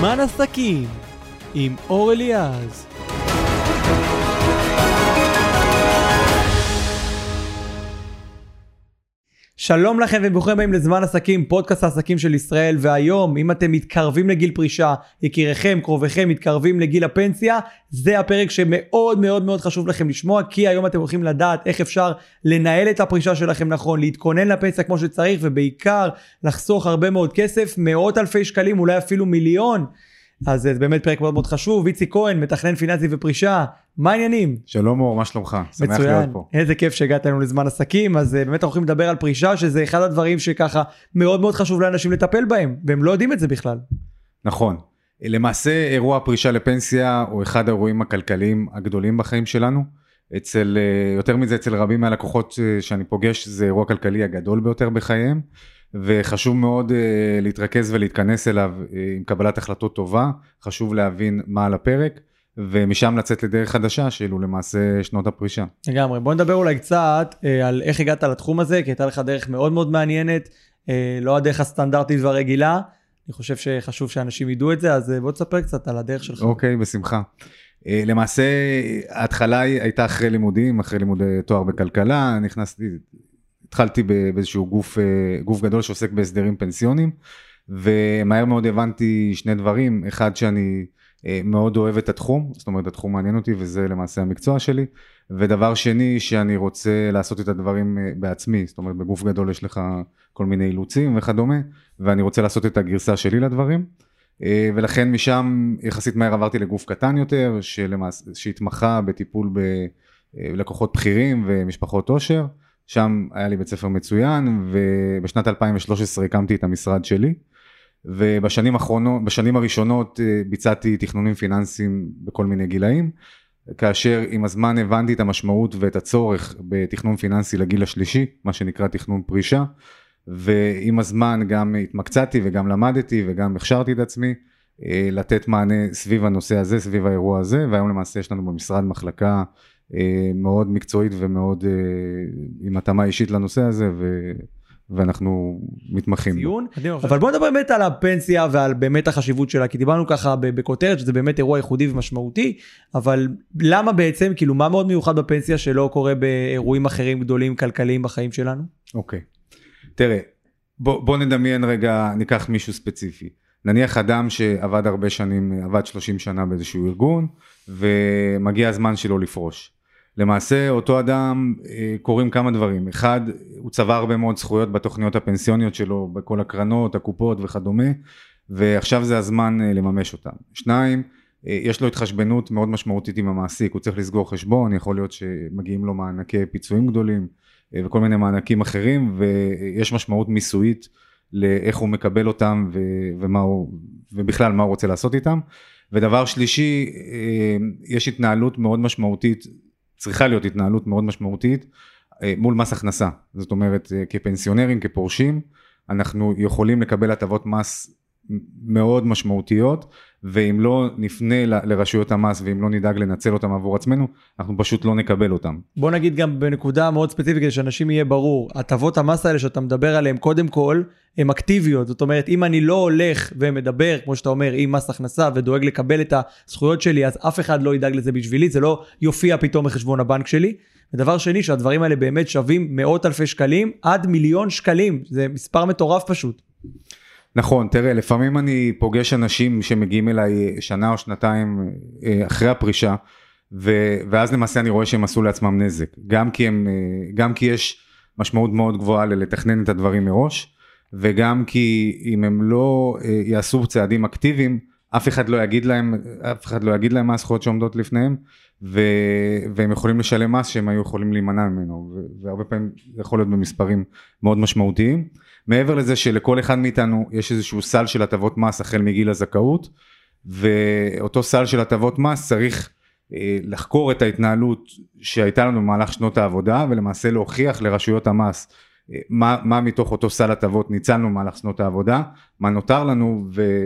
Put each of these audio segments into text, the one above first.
זמן עסקים עם אור אליעז. שלום לכם וברוכים הבאים לזמן עסקים, פודקאסט העסקים של ישראל. והיום, אם אתם מתקרבים לגיל פרישה, יקיריכם, קרוביכם מתקרבים לגיל הפנסיה, זה הפרק שמאוד מאוד מאוד חשוב לכם לשמוע, כי היום אתם הולכים לדעת איך אפשר לנהל את הפרישה שלכם נכון, להתכונן לפנסיה כמו שצריך, ובעיקר לחסוך הרבה מאוד כסף, מאות אלפי שקלים, אולי אפילו מיליון. אז זה באמת פרק מאוד מאוד חשוב. ויצי כהן, מתכנן פיננסי ופרישה, מה העניינים? שלום אור, מה שלומך? שמח להיות פה. איזה כיף שהגעת לנו לזמן עסקים. אז באמת אנחנו הולכים לדבר על פרישה, שזה אחד הדברים שככה מאוד מאוד חשוב לאנשים לטפל בהם, והם לא יודעים את זה בכלל. נכון. למעשה אירוע הפרישה לפנסיה הוא אחד האירועים הכלכליים הגדולים בחיים שלנו. יותר מזה, אצל רבים מהלקוחות שאני פוגש, זה אירוע כלכלי הגדול ביותר בחייהם. וחשוב מאוד להתרכז ולהתכנס אליו עם קבלת החלטות טובה, חשוב להבין מה על הפרק, ומשם לצאת לדרך חדשה, שאלו למעשה שנות הפרישה. לגמרי, בוא נדבר אולי קצת על איך הגעת לתחום הזה, כי הייתה לך דרך מאוד מאוד מעניינת, לא הדרך הסטנדרטית והרגילה, אני חושב שחשוב שאנשים ידעו את זה, אז בוא תספר קצת על הדרך שלך. אוקיי, בשמחה. למעשה, ההתחלה הייתה אחרי לימודי תואר בכלכלה, התחלתי באיזשהו גוף גדול שעוסק בהסדרים פנסיונים, ומהר מאוד הבנתי שני דברים. אחד, שאני מאוד אוהב את התחום, זאת אומרת, התחום מעניין אותי, וזה למעשה המקצוע שלי. ודבר שני, שאני רוצה לעשות את הדברים בעצמי, זאת אומרת, בגוף גדול יש לך כל מיני אילוצים וכדומה, ואני רוצה לעשות את הגרסה שלי לדברים. ולכן משם יחסית מהר עברתי לגוף קטן יותר, שהתמחה בטיפול בלקוחות בכירים ומשפחות עושר. שם היה לי בית ספר מצוין, ובשנת 2013 הקמתי את המשרד שלי, ובשנים הראשונות ביצעתי תכנונים פיננסיים בכל מיני גילאים, כאשר עם הזמן הבנתי את המשמעות ואת הצורך בתכנון פיננסי לגיל השלישי, מה שנקרא תכנון פרישה, ועם הזמן גם התמקצעתי וגם למדתי וגם הכשרתי את עצמי, לתת מענה סביב הנושא הזה, סביב האירוע הזה, והיום למעשה יש לנו במשרד מחלקה, מאוד מקצועית ומאוד עם התאמה אישית לנושא הזה, ואנחנו מתמחים. אבל בוא נדבר באמת על הפנסיה ועל באמת החשיבות שלה, כי דיברנו ככה בכותרת שזה באמת אירוע ייחודי ומשמעותי, אבל למה בעצם, כאילו מה מאוד מיוחד בפנסיה שלא קורה באירועים אחרים גדולים כלכליים בחיים שלנו? אוקיי, תראה, בוא נדמיין רגע, ניקח מישהו ספציפי. נניח אדם שעבד הרבה שנים, עבד 30 שנה באיזשהו ארגון, ומגיע הזמן שלו לפרוש. למעשה, אותו אדם קוראים כמה דברים. אחד, הוא צבר הרבה מאוד זכויות בתוכניות הפנסיוניות שלו, בכל הקרנות, הקופות וכדומה, ועכשיו זה הזמן לממש אותם. שניים, יש לו התחשבנות מאוד משמעותית עם המעסיק, הוא צריך לסגור חשבון, יכול להיות שמגיעים לו מענקי פיצויים גדולים, וכל מיני מענקים אחרים, ויש משמעות מיסויית לאיך הוא מקבל אותם, ובכלל מה הוא רוצה לעשות איתם. ודבר שלישי, יש התנהלות מאוד משמעותית, צריכה להיות התנהלות מאוד משמעותית, מול מס הכנסה. זאת אומרת, כפנסיונרים, כפורשים, אנחנו יכולים לקבל הטבות מס מאוד משמעותיות, ואם לא נפנה לרשויות המס, ואם לא נדאג לנצל אותם עבור עצמנו, אנחנו פשוט לא נקבל אותם. בוא נגיד גם בנקודה מאוד ספציפית, כדי שאנשים יהיה ברור, הטבות המס האלה שאתה מדבר עליהם, קודם כל, הן אקטיביות. זאת אומרת, אם אני לא הולך ומדבר, כמו שאתה אומר, עם מס הכנסה, ודואג לקבל את הזכויות שלי, אז אף אחד לא ידאג לזה בשבילי, זה לא יופיע פתאום בחשבון הבנק שלי. ודבר שני, שהדברים האלה באמת שווים מאות אלפי שקלים, עד מיליון שקלים. זה מספר מטורף פשוט. נכון, תראה, לפעמים אני פוגש אנשים שמגיעים אליי שנה או שנתיים אחרי הפרישה, ואז למעשה אני רואה שהם עשו לעצמם נזק, גם כי יש משמעות מאוד גבוהה לתכנן את הדברים מראש, וגם כי אם הם לא יעשו צעדים אקטיביים, אף אחד לא יגיד להם מה הזכויות שעומדות לפניהם, והם יכולים לשלם מס שהם היו יכולים להימנע ממנו, והרבה פעמים זה יכול להיות במספרים מאוד משמעותיים. מעבר לזה שלכל אחד מאיתנו יש איזשהו סל של הטבות מס החל מגיל הזכאות, ואותו סל של הטבות מס צריך לחקור את ההתנהלות שהייתה לנו במהלך שנות העבודה, ולמעשה להוכיח לרשויות המס מה מתוך אותו סל הטבות ניצלנו מהלך שנות העבודה, מה נותר לנו,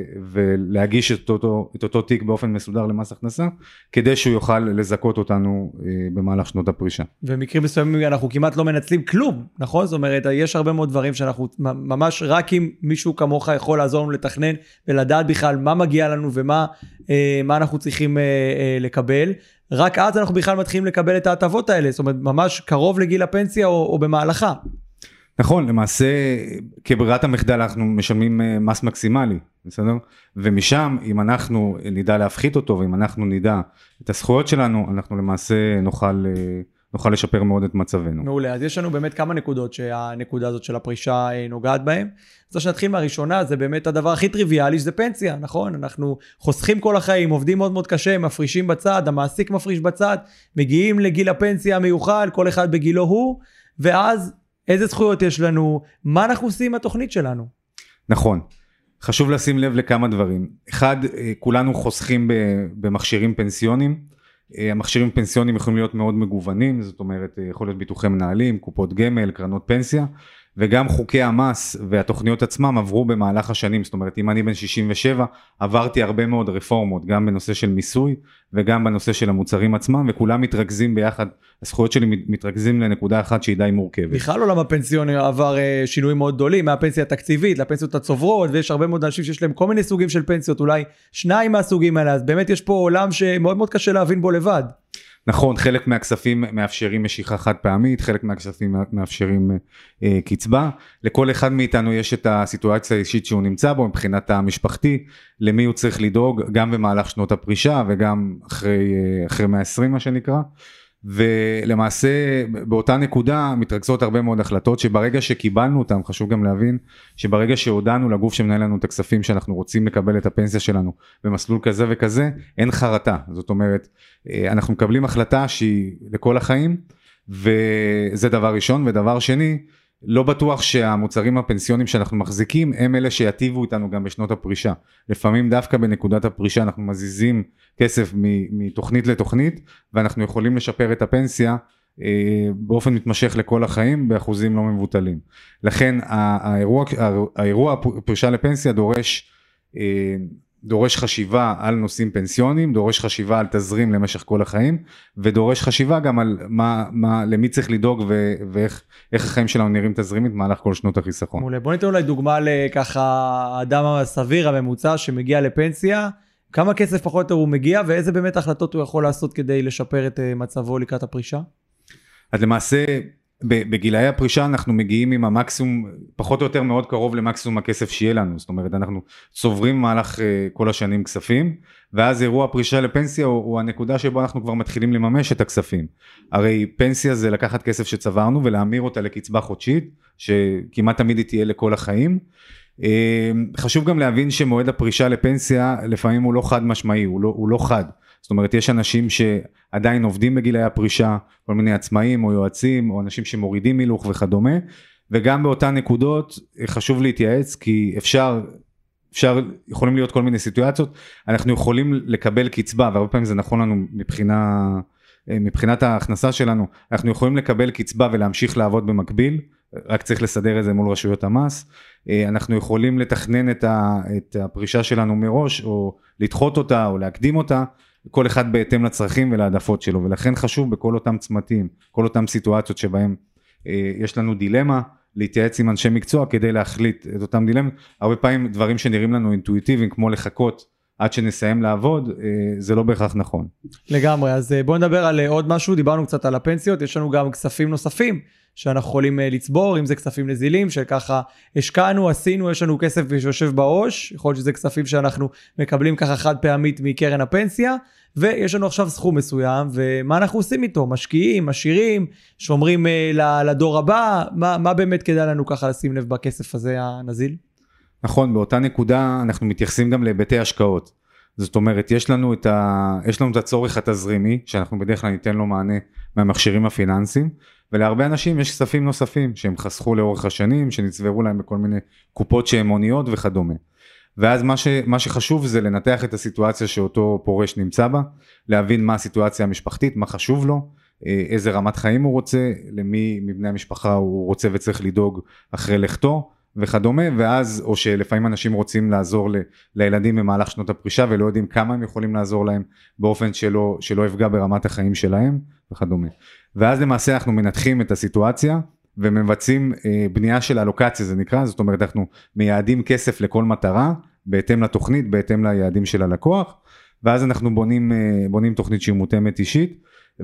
ולהגיש את אותו תיק באופן מסודר למס הכנסה, כדי שהוא יוכל לזכות אותנו במהלך שנות הפרישה. ומקרים מסוימים אנחנו כמעט לא מנצלים כלום, נכון? זאת אומרת, יש הרבה מאוד דברים שאנחנו ממש רק אם מישהו כמוך יכול לעזור לנו לתכנן, ולדעת בכלל מה מגיע לנו ומה אנחנו צריכים לקבל, רק אז אנחנו בכלל מתחילים לקבל את ההטבות האלה, זאת אומרת, ממש קרוב לגיל הפנסיה או במהלכה. נכון, למעשה כברירת המחדל אנחנו משלמים מס מקסימלי, בסדר? ומשם אם אנחנו נדע להפחית אותו, ואם אנחנו נדע את הזכויות שלנו, אנחנו למעשה נוכל לשפר מאוד את מצבנו. מעולה, אז יש לנו באמת כמה נקודות שהנקודה הזאת של הפרישה נוגעת בהן. אז שנתחיל מהראשונה, זה באמת הדבר הכי טריוויאלי, שזה פנסיה, נכון? אנחנו חוסכים כל החיים, עובדים מאוד מאוד קשה, מפרישים בצד, המעסיק מפריש בצד, מגיעים לגיל הפנסיה המיוחל, כל אחד בגילו הוא, ואז איזה זכויות יש לנו, מה אנחנו עושים עם התוכנית שלנו? נכון, חשוב לשים לב לכמה דברים. אחד, כולנו חוסכים במכשירים פנסיונים, המכשירים פנסיונים יכולים להיות מאוד מגוונים, זאת אומרת, יכול להיות ביטוחי מנהלים, קופות גמל, קרנות פנסיה, וגם חוקי המס והתוכניות עצמם עברו במהלך השנים, זאת אומרת, אם אני בן 67, עברתי הרבה מאוד רפורמות, גם בנושא של מיסוי, וגם בנושא של המוצרים עצמם, וכולם מתרכזים ביחד, הזכויות שלי מתרכזים לנקודה אחת שהיא די מורכבת. בכלל עולם הפנסיון עבר שינויים מאוד גדולים, מהפנסיה התקציבית לפנסיות הצוברות, ויש הרבה מאוד אנשים שיש להם כל מיני סוגים של פנסיות, אולי שניים מהסוגים האלה, אז באמת יש פה עולם שמאוד מאוד קשה להבין בו לבד. נכון, חלק מהכספים מאפשרים משיכה חד פעמית, חלק מהכספים מאפשרים קצבה, לכל אחד מאיתנו יש את הסיטואציה האישית שהוא נמצא בו, מבחינת המשפחתי, למי הוא צריך לדאוג, גם במהלך שנות הפרישה, וגם אחרי 120 מה שנקרא, ולמעשה באותה נקודה מתרכזות הרבה מאוד החלטות, שברגע שקיבלנו אותם, חשוב גם להבין, שברגע שהודענו לגוף שמנהל לנו את הכספים, שאנחנו רוצים לקבל את הפנסיה שלנו, במסלול כזה וכזה, אין חרטה, זאת אומרת, אנחנו מקבלים החלטה שהיא לכל החיים, וזה דבר ראשון, ודבר שני, לא בטוח שהמוצרים הפנסיונים שאנחנו מחזיקים, הם אלה שיטיבו איתנו גם בשנות הפרישה. לפעמים דווקא בנקודת הפרישה אנחנו מזיזים כסף מתוכנית לתוכנית, ואנחנו יכולים לשפר את הפנסיה באופן מתמשך לכל החיים, באחוזים לא מבוטלים. לכן האירוע הפרישה לפנסיה דורש חשיבה על נושאים פנסיונים, דורש חשיבה על תזרים למשך כל החיים, ודורש חשיבה גם על למי צריך לדאוג ואיך החיים שלנו נראים תזרימית במהלך כל שנות החיסכון. מעולה, בוא ניתן אולי דוגמה לככה האדם הסביר הממוצע שמגיע לפנסיה, כמה כסף פחות או יותר הוא מגיע, ואיזה באמת החלטות הוא יכול לעשות כדי לשפר את מצבו לקראת הפרישה? אז למעשה בגילאי הפרישה אנחנו מגיעים עם המקסימום, פחות או יותר מאוד קרוב למקסימום הכסף שיהיה לנו, זאת אומרת אנחנו צוברים מהלך כל השנים כספים, ואז אירוע הפרישה לפנסיה הוא הנקודה שבו אנחנו כבר מתחילים לממש את הכספים. הרי פנסיה זה לקחת כסף שצברנו ולהמיר אותה לקצבה חודשית, שכמעט תמיד היא תהיה לכל החיים. חשוב גם להבין שמועד הפרישה לפנסיה לפעמים הוא לא חד משמעי, הוא לא חד. זאת אומרת, יש אנשים שעדיין עובדים בגילאי הפרישה, כל מיני עצמאים או יועצים, או אנשים שמורידים מילוך וכדומה, וגם באותן נקודות חשוב להתייעץ, כי יכולים להיות כל מיני סיטואציות, אנחנו יכולים לקבל קצבה, והרבה פעמים זה נכון לנו מבחינת ההכנסה שלנו, אנחנו יכולים לקבל קצבה ולהמשיך לעבוד במקביל, רק צריך לסדר את זה מול רשויות המס, אנחנו יכולים לתכנן את הפרישה שלנו מראש, או לדחות אותה, או להקדים אותה, כל אחד בהתאם לצרכים ולעדפות שלו, ולכן חשוב בכל אותם צמתים, כל אותם סיטואציות שבהם יש לנו דילמה, להתייעץ עם אנשי מקצוע כדי להחליט את אותם דילמה, הרבה פעמים דברים שנראים לנו אינטואיטיביים, כמו לחכות עד שנסיים לעבוד, זה לא בהכרח נכון. לגמרי, אז בואו נדבר על עוד משהו, דיברנו קצת על הפנסיות, יש לנו גם כספים נוספים, שאנחנו יכולים לצבור, אם זה כספים נזילים, שככה השקענו, עשינו, יש לנו כסף שיושב בעו"ש, יכול להיות שזה כספים שאנחנו מקבלים ככה חד פעמית מקרן הפנסיה, ויש לנו עכשיו סכום מסוים, ומה אנחנו עושים איתו? משקיעים, משאירים, שומרים לדור הבא, מה באמת כדאי לנו ככה לשים לב בכסף הזה הנזיל? נכון, באותה נקודה אנחנו מתייחסים גם להיבטי השקעות. זאת אומרת, יש לנו את הצורך התזרימי, שאנחנו בדרך כלל ניתן לו מענה מהמכשירים הפיננסיים, ולהרבה אנשים יש כספים נוספים, שהם חסכו לאורך השנים, שנצברו להם בכל מיני קופות שהמוניות וכדומה. ואז מה שחשוב זה לנתח את הסיטואציה שאותו פורש נמצא בה, להבין מה הסיטואציה המשפחתית, מה חשוב לו, איזה רמת חיים הוא רוצה, למי מבני המשפחה הוא רוצה וצריך לדאוג אחרי לכתו וכדומה, ואז, או שלפעמים אנשים רוצים לעזור לילדים במהלך שנות הפרישה, ולא יודעים כמה הם יכולים לעזור להם, באופן שלא יפגע ברמת החיים שלהם וכדומה. ואז למעשה אנחנו מנתחים את הסיטואציה, ומבצעים בנייה של אלוקציה, זה נקרא, זאת אומרת, אנחנו מייעדים כסף לכל מטרה, בהתאם לתוכנית, בהתאם ליעדים של הלקוח, ואז אנחנו בונים תוכנית שהיא מותאמת אישית,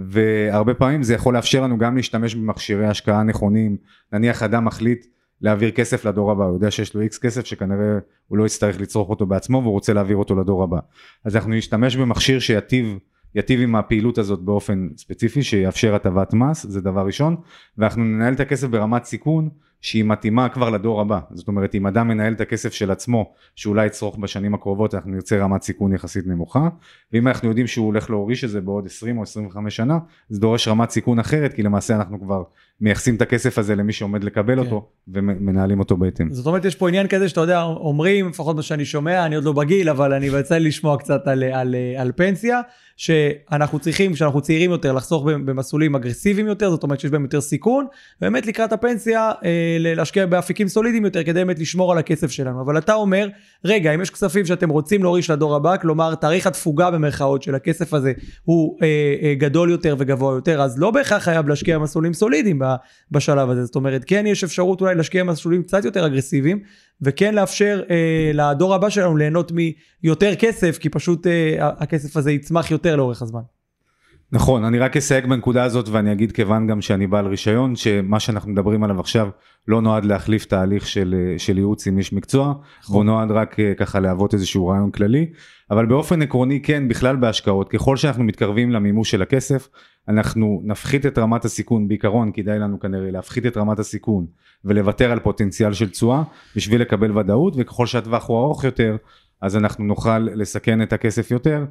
והרבה פעמים זה יכול לאפשר לנו גם להשתמש במכשירי השקעה נכונים, נניח אדם מחליט להעביר כסף לדור הבא, הוא יודע שיש לו X כסף שכנראה הוא לא יצטרך לצרוך אותו בעצמו, והוא רוצה להעביר אותו לדור הבא. אז אנחנו נשתמש במכשיר שיטיב עם הפעילות הזאת באופן ספציפי, שיאפשר הטבת מס, זה דבר ראשון, ואנחנו ננהל את הכסף ברמת סיכון, שהיא מתאימה כבר לדור הבא. זאת אומרת, אם אדם מנהל את הכסף של עצמו, שאולי יצרוך בשנים הקרובות, אנחנו נרצה רמת סיכון יחסית נמוכה, ואם אנחנו יודעים שהוא הולך להוריש את זה בעוד 20 או 25 שנה, זה דורש רמת סיכון אחרת, כי למעשה אנחנו כבר מייחסים את הכסף הזה למי שעומד לקבל אותו, ומנהלים אותו בהתאם. זאת אומרת, יש פה עניין כזה שאתה יודע, אומרים, לפחות מה שאני שומע, אני עוד לא בגיל, אבל אני רוצה לשמוע קצת על פנסיה, שאנחנו צריכים, כשאנחנו צעירים יותר, לחסוך במסלולים אגרסיביים יותר, זאת אומרת שיש בהם יותר סיכון, ובאמת לקראת הפנסיה, להשקיע באפיקים סולידיים יותר, כדי באמת לשמור על הכסף שלנו. אבל אתה אומר, רגע, אם יש כספים שאתם רוצים להוריש לדור הבא, כלומר, תאריך התפוגה במרכאות של הכסף הזה, הוא גדול יותר וגבוה יותר, אז לא בהכרח חייב להשקיע במסלולים סולידיים בשלב הזה. זאת אומרת, כן יש אפשרות אולי להשקיע במסלולים קצת יותר אגרסיביים, וכן לאפשר לדור הבא שלנו ליהנות מיותר כסף, כי פשוט הכסף הזה יצמח יותר לאורך הזמן. נכון, אני רק אסייג בנקודה הזאת, ואני אגיד כיוון גם שאני בעל רישיון, שמה שאנחנו מדברים עליו עכשיו, לא נועד להחליף תהליך של ייעוץ עם איש מקצוע, הוא נועד רק ככה להוות איזשהו רעיון כללי, אבל באופן עקרוני כן, בכלל בהשקעות, ככל שאנחנו מתקרבים למימוש של הכסף, אנחנו נפחית את רמת הסיכון, בעיקרון כדאי לנו כנראה להפחית את רמת הסיכון, ולוותר על פוטנציאל של תשואה, בשביל לקבל ודאות, וככל שהטווח הוא ארוך יותר, אז אנחנו נוכל לסכן את הכסף יותר,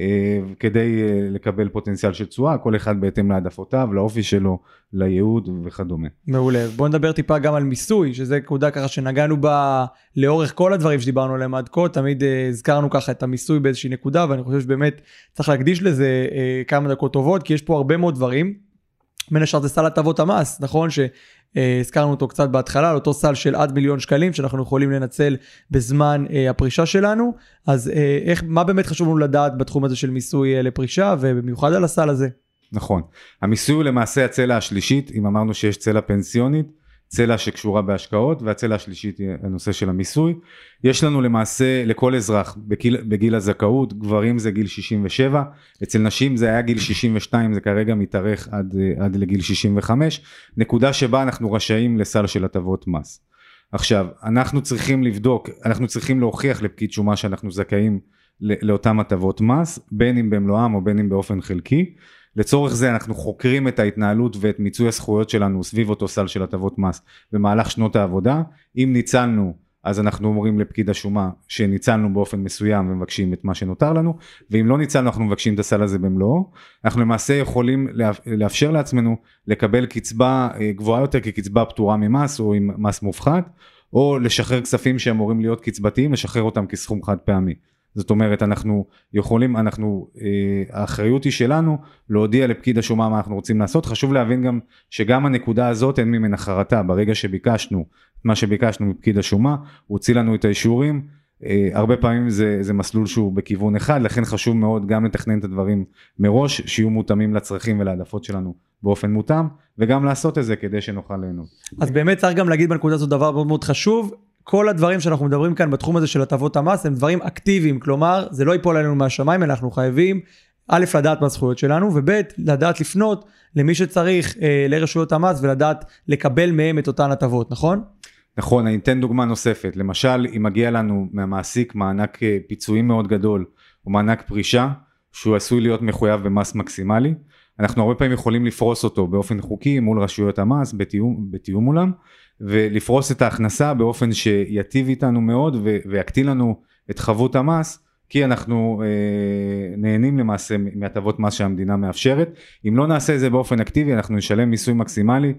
כדי לקבל פוטנציאל של תשואה, כל אחד בהתאם להעדפותיו, לאופי שלו, לייעוד וכדומה. מעולה. בוא נדבר טיפה גם על מיסוי, שזה נקודה ככה שנגענו בה לאורך כל הדברים שדיברנו עליהם עד כה, תמיד הזכרנו ככה את המיסוי באיזושהי נקודה, ואני חושב שבאמת צריך להקדיש לזה כמה דקות טובות, כי יש פה הרבה מאוד דברים. בין השאר זה סל הטבות המס, נכון? שהזכרנו אותו קצת בהתחלה, על אותו סל של עד 1,000,000 שקלים, שאנחנו יכולים לנצל בזמן הפרישה שלנו. אז מה באמת חשוב לנו לדעת בתחום הזה של מיסוי לפרישה, ובמיוחד על הסל הזה? נכון. המיסוי הוא למעשה הצלע השלישית, אם אמרנו שיש צלע פנסיונית, צלע שקשורה בהשקעות, והצלע השלישית היא הנושא של המיסוי. יש לנו למעשה לכל אזרח בגיל הזכאות, גברים זה גיל 67, אצל נשים זה היה גיל 62, זה כרגע מתארך עד לגיל 65, נקודה שבה אנחנו רשאים לסל של הטבות מס. עכשיו, אנחנו צריכים לבדוק, אנחנו צריכים להוכיח לפקיד שומה שאנחנו זכאים לאותם הטבות מס, בין אם במלואם או בין אם באופן חלקי. לצורך זה אנחנו חוקרים את ההתנהלות ואת מיצוי הזכויות שלנו סביב אותו סל של הטבות מס במהלך שנות העבודה. אם ניצלנו, אז אנחנו אומרים לפקיד השומה שניצלנו באופן מסוים ומבקשים את מה שנותר לנו, ואם לא ניצלנו אנחנו מבקשים את הסל הזה במלואו. אנחנו למעשה יכולים לאפשר לעצמנו לקבל קצבה גבוהה יותר כקצבה פטורה ממס או עם מס מופחת, או לשחרר כספים שאמורים להיות קצבתיים, לשחרר אותם כסכום חד פעמי. זאת אומרת, אנחנו יכולים, האחריות היא שלנו להודיע לפקיד השומה מה אנחנו רוצים לעשות. חשוב להבין גם שגם הנקודה הזאת אין ממנה חרטה, ברגע שביקשנו, מה שביקשנו מפקיד השומה, הוא הוציא לנו את האישורים, הרבה פעמים זה מסלול שהוא בכיוון אחד, לכן חשוב מאוד גם לתכנן את הדברים מראש, שיהיו מותאמים לצרכים ולעדפות שלנו באופן מותאם, וגם לעשות את זה כדי שנוכל ליהנות. אז באמת צריך גם להגיד בנקודה הזאת דבר מאוד מאוד חשוב, כל הדברים שאנחנו מדברים כאן בתחום הזה של הטבות המס, הם דברים אקטיביים, כלומר, זה לא ייפול עלינו מהשמיים, אנחנו חייבים, א', לדעת מה הזכויות שלנו, וב', לדעת לפנות למי שצריך לרשויות המס, ולדעת לקבל מהם את אותן הטבות, נכון? נכון, אני אתן דוגמה נוספת, למשל, אם מגיע לנו מהמעסיק מענק פיצויים מאוד גדול, או מענק פרישה, שהוא עשוי להיות מחויב במס מקסימלי, אנחנו הרבה פעמים יכולים לפרוס אותו באופן חוקי מול רשויות המס, בתיאום מולם, ולפרוס את ההכנסה באופן שיטיב איתנו מאוד ויקטין לנו את חבות המס, כי אנחנו נהנים למעשה מהטבות מס שהמדינה מאפשרת. אם לא נעשה את זה באופן אקטיבי, אנחנו נשלם מיסוי מקסימלי,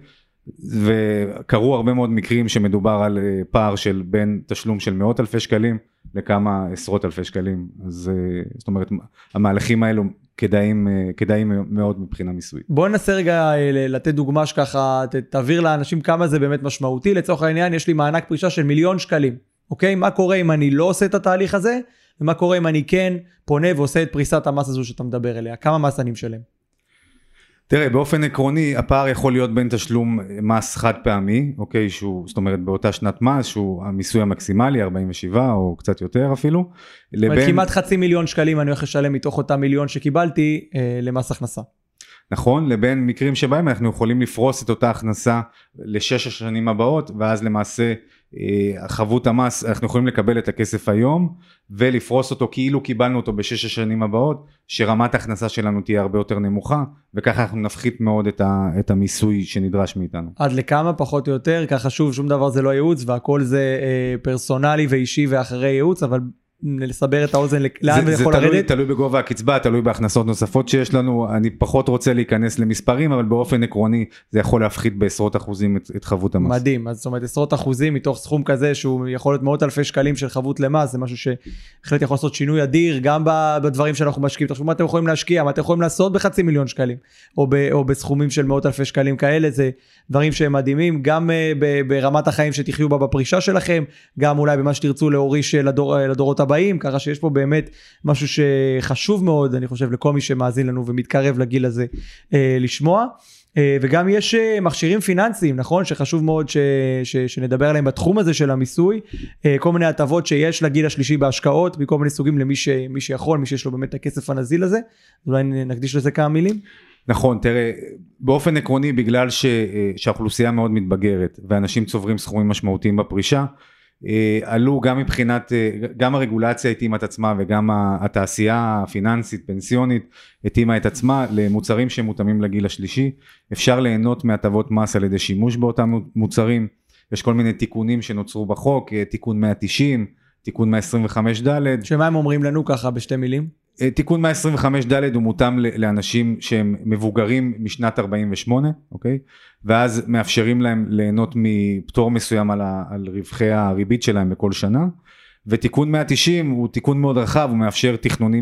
וקרו הרבה מאוד מקרים שמדובר על פער של בין תשלום של מאות אלפי שקלים לכמה עשרות אלפי שקלים. אז זאת אומרת, המהלכים האלו כדאיים מאוד מבחינה מיסויית. בוא ננסה רגע לתת דוגמה שככה, תעביר לאנשים כמה זה באמת משמעותי. לצורך העניין, יש לי מענק פרישה של 1,000,000 שקלים. אוקיי? מה קורה אם אני לא עושה את התהליך הזה? ומה קורה אם אני כן פונה ועושה את פריסת המס הזו שאתה מדבר אליה? כמה מס אני משלם? תראה, באופן עקרוני, הפער יכול להיות בין תשלום מס חד פעמי, אוקיי, זאת אומרת, באותה שנת מס, שהוא המיסוי המקסימלי, 47 או קצת יותר אפילו, לבין... כמעט 500,000 שקלים אני הולך לשלם מתוך אותה 1,000,000 שקיבלתי למס הכנסה. נכון, לבין מקרים שבהם אנחנו יכולים לפרוס את אותה הכנסה לשש השנים הבאות, ואז למעשה חבות המס, אנחנו יכולים לקבל את הכסף היום, ולפרוס אותו כאילו קיבלנו אותו בשש השנים הבאות, שרמת ההכנסה שלנו תהיה הרבה יותר נמוכה, וככה אנחנו נפחית מאוד את המיסוי שנדרש מאיתנו. עד לכמה פחות או יותר, ככה שום דבר זה לא ייעוץ, והכל זה פרסונלי ואישי ואחרי ייעוץ, אבל לסבר את האוזן, לאן ויכול לרדת? זה תלוי בגובה הקצבה, תלוי בהכנסות נוספות שיש לנו, אני פחות רוצה להיכנס למספרים, אבל באופן עקרוני זה יכול להפחית בעשרות אחוזים את חבות המס. מדהים, אז זאת אומרת עשרות אחוזים מתוך סכום כזה, שהוא יכול להיות מאות אלפי שקלים של חבות למס, זה משהו שהחלט יכול לעשות שינוי אדיר, גם בדברים שאנחנו משקיעים, תחשבו מה אתם יכולים להשקיע, מה אתם יכולים לעשות ב500,000 שקלים, או בסכומים של מאות אלפי שקלים כאלה, זה דברים שהם מדהימים, גם ברמת החיים שתחיו בה בפרישה שלכם, גם אולי במה שתרצו להוריש לדורות הבאים, ככה שיש פה באמת משהו שחשוב מאוד, אני חושב, לכל מי שמאזין לנו ומתקרב לגיל הזה לשמוע. וגם יש מכשירים פיננסיים, נכון? שחשוב מאוד שנדבר עליהם בתחום הזה של המיסוי, כל מיני הטבות שיש לגיל השלישי בהשקעות, מכל מיני סוגים למי שיכול, מי שיש לו באמת הכסף הנזיל הזה, אולי נקדיש לזה כמה מילים? נכון, תראה, באופן עקרוני, בגלל שהאוכלוסייה מאוד מתבגרת, ואנשים צוברים סכומים משמעותיים בפרישה, עלו גם מבחינת, גם הרגולציה התאימה את עצמה, וגם התעשייה הפיננסית, פנסיונית, התאימה את עצמה למוצרים שמותאמים לגיל השלישי. אפשר ליהנות מהטבות מס על ידי שימוש באותם מוצרים. יש כל מיני תיקונים שנוצרו בחוק, תיקון 190, תיקון 125 ד'. שמה הם אומרים לנו ככה בשתי מילים? תיקון 125 ד' הוא מותאם לאנשים שהם מבוגרים משנת 48, אוקיי? ואז מאפשרים להם ליהנות מפטור מסוים על רווחי הריבית שלהם בכל שנה. ותיקון 190 הוא תיקון מאוד רחב, הוא מאפשר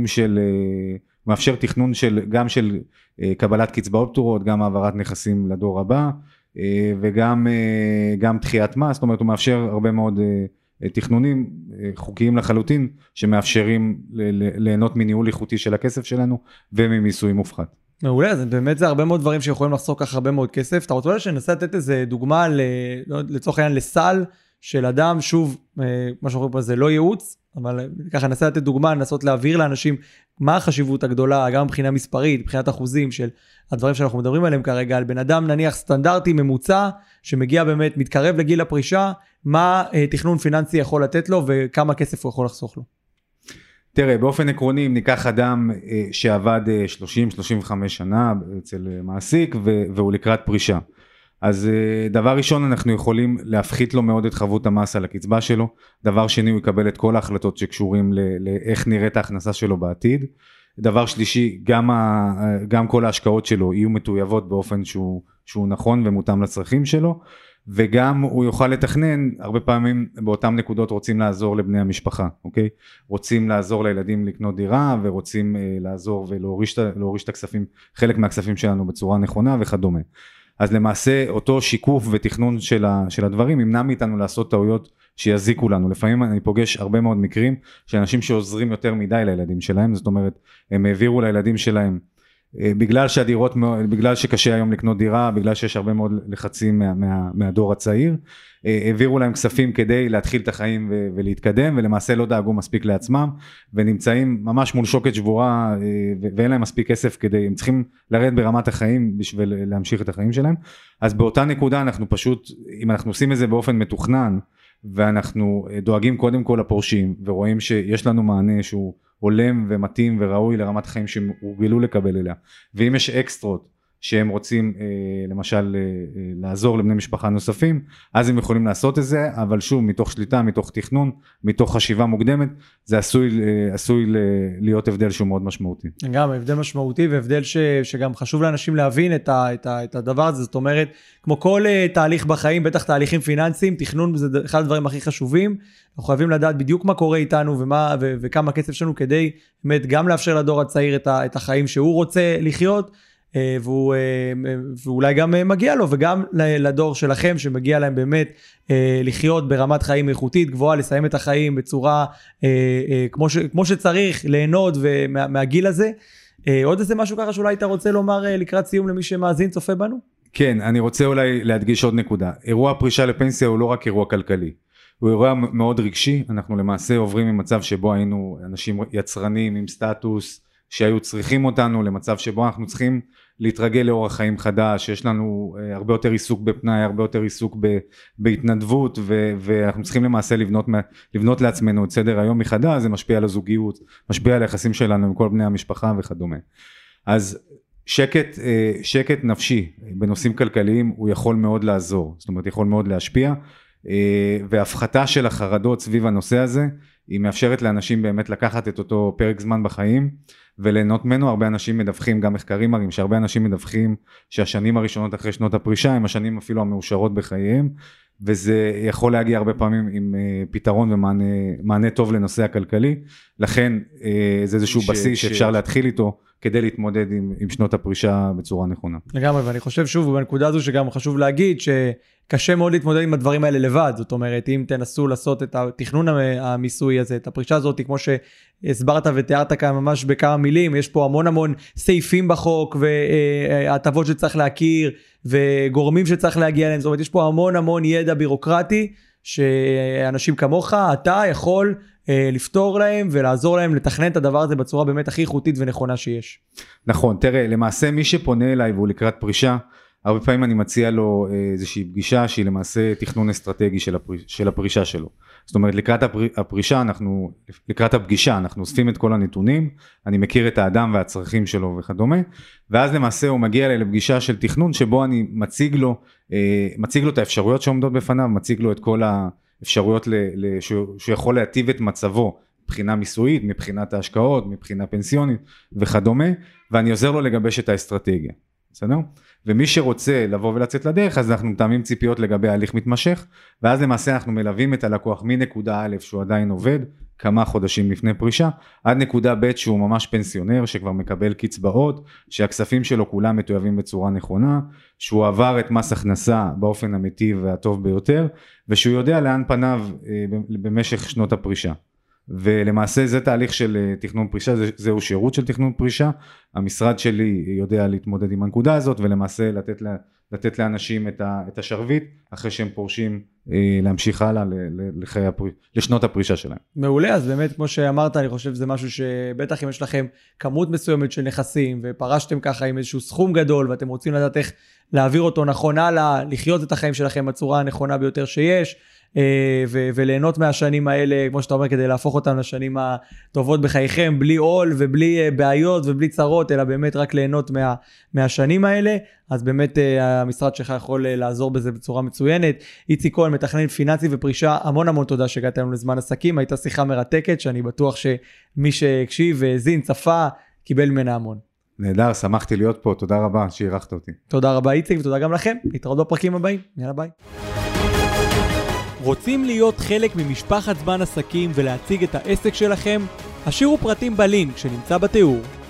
תכנון גם של קבלת קצבאות פטורות, גם העברת נכסים לדור הבא, וגם דחיית מס, זאת אומרת הוא מאפשר הרבה מאוד תכנונים חוקיים לחלוטין, שמאפשרים ליהנות מניהול איכותי של הכסף שלנו, וממיסוי מופחת. מעולה, אז באמת זה הרבה מאוד דברים שיכולים לחסוך כך הרבה מאוד כסף. אתה רוצה שננסה לתת איזה דוגמה לצורך העניין לסל של אדם, שוב, מה שאומרים פה זה לא ייעוץ, אבל ככה ננסה לתת דוגמה, לנסות להעביר לאנשים מה החשיבות הגדולה, גם מבחינה מספרית, מבחינת אחוזים של הדברים שאנחנו מדברים עליהם כרגע, על בן אדם נניח סטנדרטי ממוצע, שמגיע באמת, מתקרב לגיל הפרישה, מה תכנון פיננסי יכול לתת לו, וכמה כסף הוא יכול לחסוך לו. תראה, באופן עקרוני, אם ניקח אדם שעבד 30-35 שנה אצל מעסיק, והוא לקראת פרישה. אז דבר ראשון, אנחנו יכולים להפחית לו מאוד את חבות המס על הקצבה שלו. דבר שני, הוא יקבל את כל ההחלטות שקשורים לאיך נראית ההכנסה שלו בעתיד. דבר שלישי, גם כל ההשקעות שלו יהיו מטויבות באופן שהוא נכון ומותאם לצרכים שלו. וגם הוא יוכל לתכנן, הרבה פעמים באותם נקודות רוצים לעזור לבני המשפחה, אוקיי? רוצים לעזור לילדים לקנות דירה, ורוצים לעזור ולהוריש את הכספים, חלק מהכספים שלנו בצורה נכונה וכדומה. אז למעשה אותו שיקוף ותכנון של הדברים, ימנע מאיתנו לעשות טעויות שיזיקו לנו. לפעמים אני פוגש הרבה מאוד מקרים, של אנשים שעוזרים יותר מדי לילדים שלהם, זאת אומרת, הם העבירו לילדים שלהם, בגלל שקשה היום לקנות דירה, בגלל שיש הרבה מאוד לחצים מהדור הצעיר, העבירו להם כספים כדי להתחיל את החיים ולהתקדם, ולמעשה לא דאגו מספיק לעצמם, ונמצאים ממש מול שוקת שבורה, ואין להם מספיק כסף כדי, הם צריכים לרדת ברמת החיים בשביל להמשיך את החיים שלהם. אז באותה נקודה אנחנו פשוט, אם אנחנו עושים את זה באופן מתוכנן, ואנחנו דואגים קודם כל לפורשים, ורואים שיש לנו מענה שהוא הולם ומתאים וראוי לרמת החיים שהורגלו לקבל אליה, ואם יש אקסטרות שהם רוצים למשל לעזור לבני משפחה נוספים, אז הם יכולים לעשות את זה, אבל שוב, מתוך שליטה, מתוך תכנון, מתוך חשיבה מוקדמת, זה עשוי להיות הבדל שהוא מאוד משמעותי. גם הבדל משמעותי, והבדל שגם חשוב לאנשים להבין את הדבר הזה, זאת אומרת, כמו כל תהליך בחיים, בטח תהליכים פיננסיים, תכנון זה אחד הדברים הכי חשובים, אנחנו חייבים לדעת בדיוק מה קורה איתנו, וכמה כסף שלנו, כדי באמת גם לאפשר לדור הצעיר את החיים שהוא רוצה לחיות, ואולי גם מגיע לו, וגם לדור שלכם שמגיע להם באמת לחיות ברמת חיים איכותית גבוהה, לסיים את החיים בצורה כמו שצריך, ליהנות מהגיל הזה. עוד איזה משהו ככה שאולי אתה רוצה לומר לקראת סיום למי שמאזין, צופה בנו? כן, אני רוצה אולי להדגיש עוד נקודה. אירוע פרישה לפנסיה הוא לא רק אירוע כלכלי, הוא אירוע מאוד רגשי. אנחנו למעשה עוברים ממצב שבו היינו אנשים יצרנים עם סטטוס, שהיו צריכים אותנו למצב שבו אנחנו צריכים להתרגל לאורח חיים חדש, שיש לנו הרבה יותר עיסוק בפנאי, הרבה יותר עיסוק בהתנדבות, ואנחנו צריכים למעשה לבנות לעצמנו את סדר היום מחדש. זה משפיע על הזוגיות, משפיע על היחסים שלנו עם כל בני המשפחה וכדומה. אז שקט נפשי בנושאים כלכליים הוא יכול מאוד לעזור, זאת אומרת יכול מאוד להשפיע, והפחתה של החרדות סביב הנושא הזה, היא מאפשרת לאנשים באמת לקחת את אותו פרק זמן בחיים, וליהנות ממנו. הרבה אנשים מדווחים, גם מחקרים מראים, שהרבה אנשים מדווחים שהשנים הראשונות אחרי שנות הפרישה, הם השנים אפילו המאושרות בחייהם, וזה יכול להגיע הרבה פעמים עם פתרון ומענה טוב לנושא הכלכלי, לכן זה איזשהו בסיס שאפשר להתחיל איתו, כדי להתמודד עם שנות הפרישה בצורה נכונה. לגמרי, ואני חושב שוב, בנקודה הזו שגם חשוב להגיד, שקשה מאוד להתמודד עם הדברים האלה לבד, זאת אומרת, אם תנסו לעשות את התכנון המיסוי הזה, את הפרישה הזאת, כמו שהסברת ותיארת כאן ממש בכמה מילים, יש פה המון סעיפים בחוק, והטבות שצריך להכיר, וגורמים שצריך להגיע אליהם, זאת אומרת, יש פה המון ידע בירוקרטי, שאנשים כמוך, אתה יכול לפתור להם ולעזור להם לתכנן את הדבר הזה בצורה באמת הכי איכותית ונכונה שיש. נכון, תראה, למעשה מי שפונה אליי והוא לקראת פרישה, הרבה פעמים אני מציע לו איזושהי פגישה שהיא למעשה תכנון אסטרטגי של הפרישה שלו. זאת אומרת, לקראת הפגישה אנחנו אוספים את כל הנתונים, אני מכיר את האדם והצרכים שלו וכדומה, ואז למעשה הוא מגיע אליי לפגישה של תכנון, שבו אני מציג לו את האפשרויות שעומדות בפניו, מציג לו את כל האפשרויות שהוא יכול להטיב את מצבו, מבחינה מיסויית, מבחינת ההשקעות, מבחינה פנסיונית וכדומה, ואני עוזר לו לגבש את האסטרטגיה. בסדר? ומי שרוצה לבוא ולצאת לדרך, אז אנחנו מתאמים ציפיות לגבי ההליך מתמשך, ואז למעשה אנחנו מלווים את הלקוח מנקודה א' שהוא עדיין עובד, כמה חודשים לפני פרישה, עד נקודה ב' שהוא ממש פנסיונר, שכבר מקבל קצבאות, שהכספים שלו כולם מתויבים בצורה נכונה, שהוא עבר את מס הכנסה באופן אמיתי והטוב ביותר, ושהוא יודע לאן פניו במשך שנות הפרישה. ולמעשה זה תהליך של תכנון פרישה, זהו שירות של תכנון פרישה, המשרד שלי יודע להתמודד עם הנקודה הזאת, ולמעשה לתת לאנשים את השרביט, אחרי שהם פורשים להמשיך הלאה לשנות הפרישה שלהם. מעולה, אז באמת כמו שאמרת, אני חושב שזה משהו שבטח אם יש לכם כמות מסוימת של נכסים, ופרשתם ככה עם איזשהו סכום גדול, ואתם רוצים לדעת איך להעביר אותו נכון הלאה, לחיות את החיים שלכם בצורה הנכונה ביותר שיש, וליהנות מהשנים האלה, כמו שאתה אומר, כדי להפוך אותם לשנים הטובות בחייכם, בלי עול ובלי בעיות ובלי צרות, אלא באמת רק ליהנות מהשנים האלה, אז באמת המשרד שלך יכול לעזור בזה בצורה מצוינת. איציק כהן, מתכנן פיננסי ופרישה, המון תודה שהגעת לנו לזמן עסקים, הייתה שיחה מרתקת, שאני בטוח שמי שהקשיב והזין, צפה, קיבל ממנה המון. נהדר, שמחתי להיות פה, תודה רבה שהערכת אותי. תודה רבה איציק, ותודה גם לכם, להתראות בפרקים הבאים, יאללה ביי. רוצים להיות חלק ממשפחת זמן עסקים ולהציג את העסק שלכם? השאירו פרטים בלינק שנמצא בתיאור.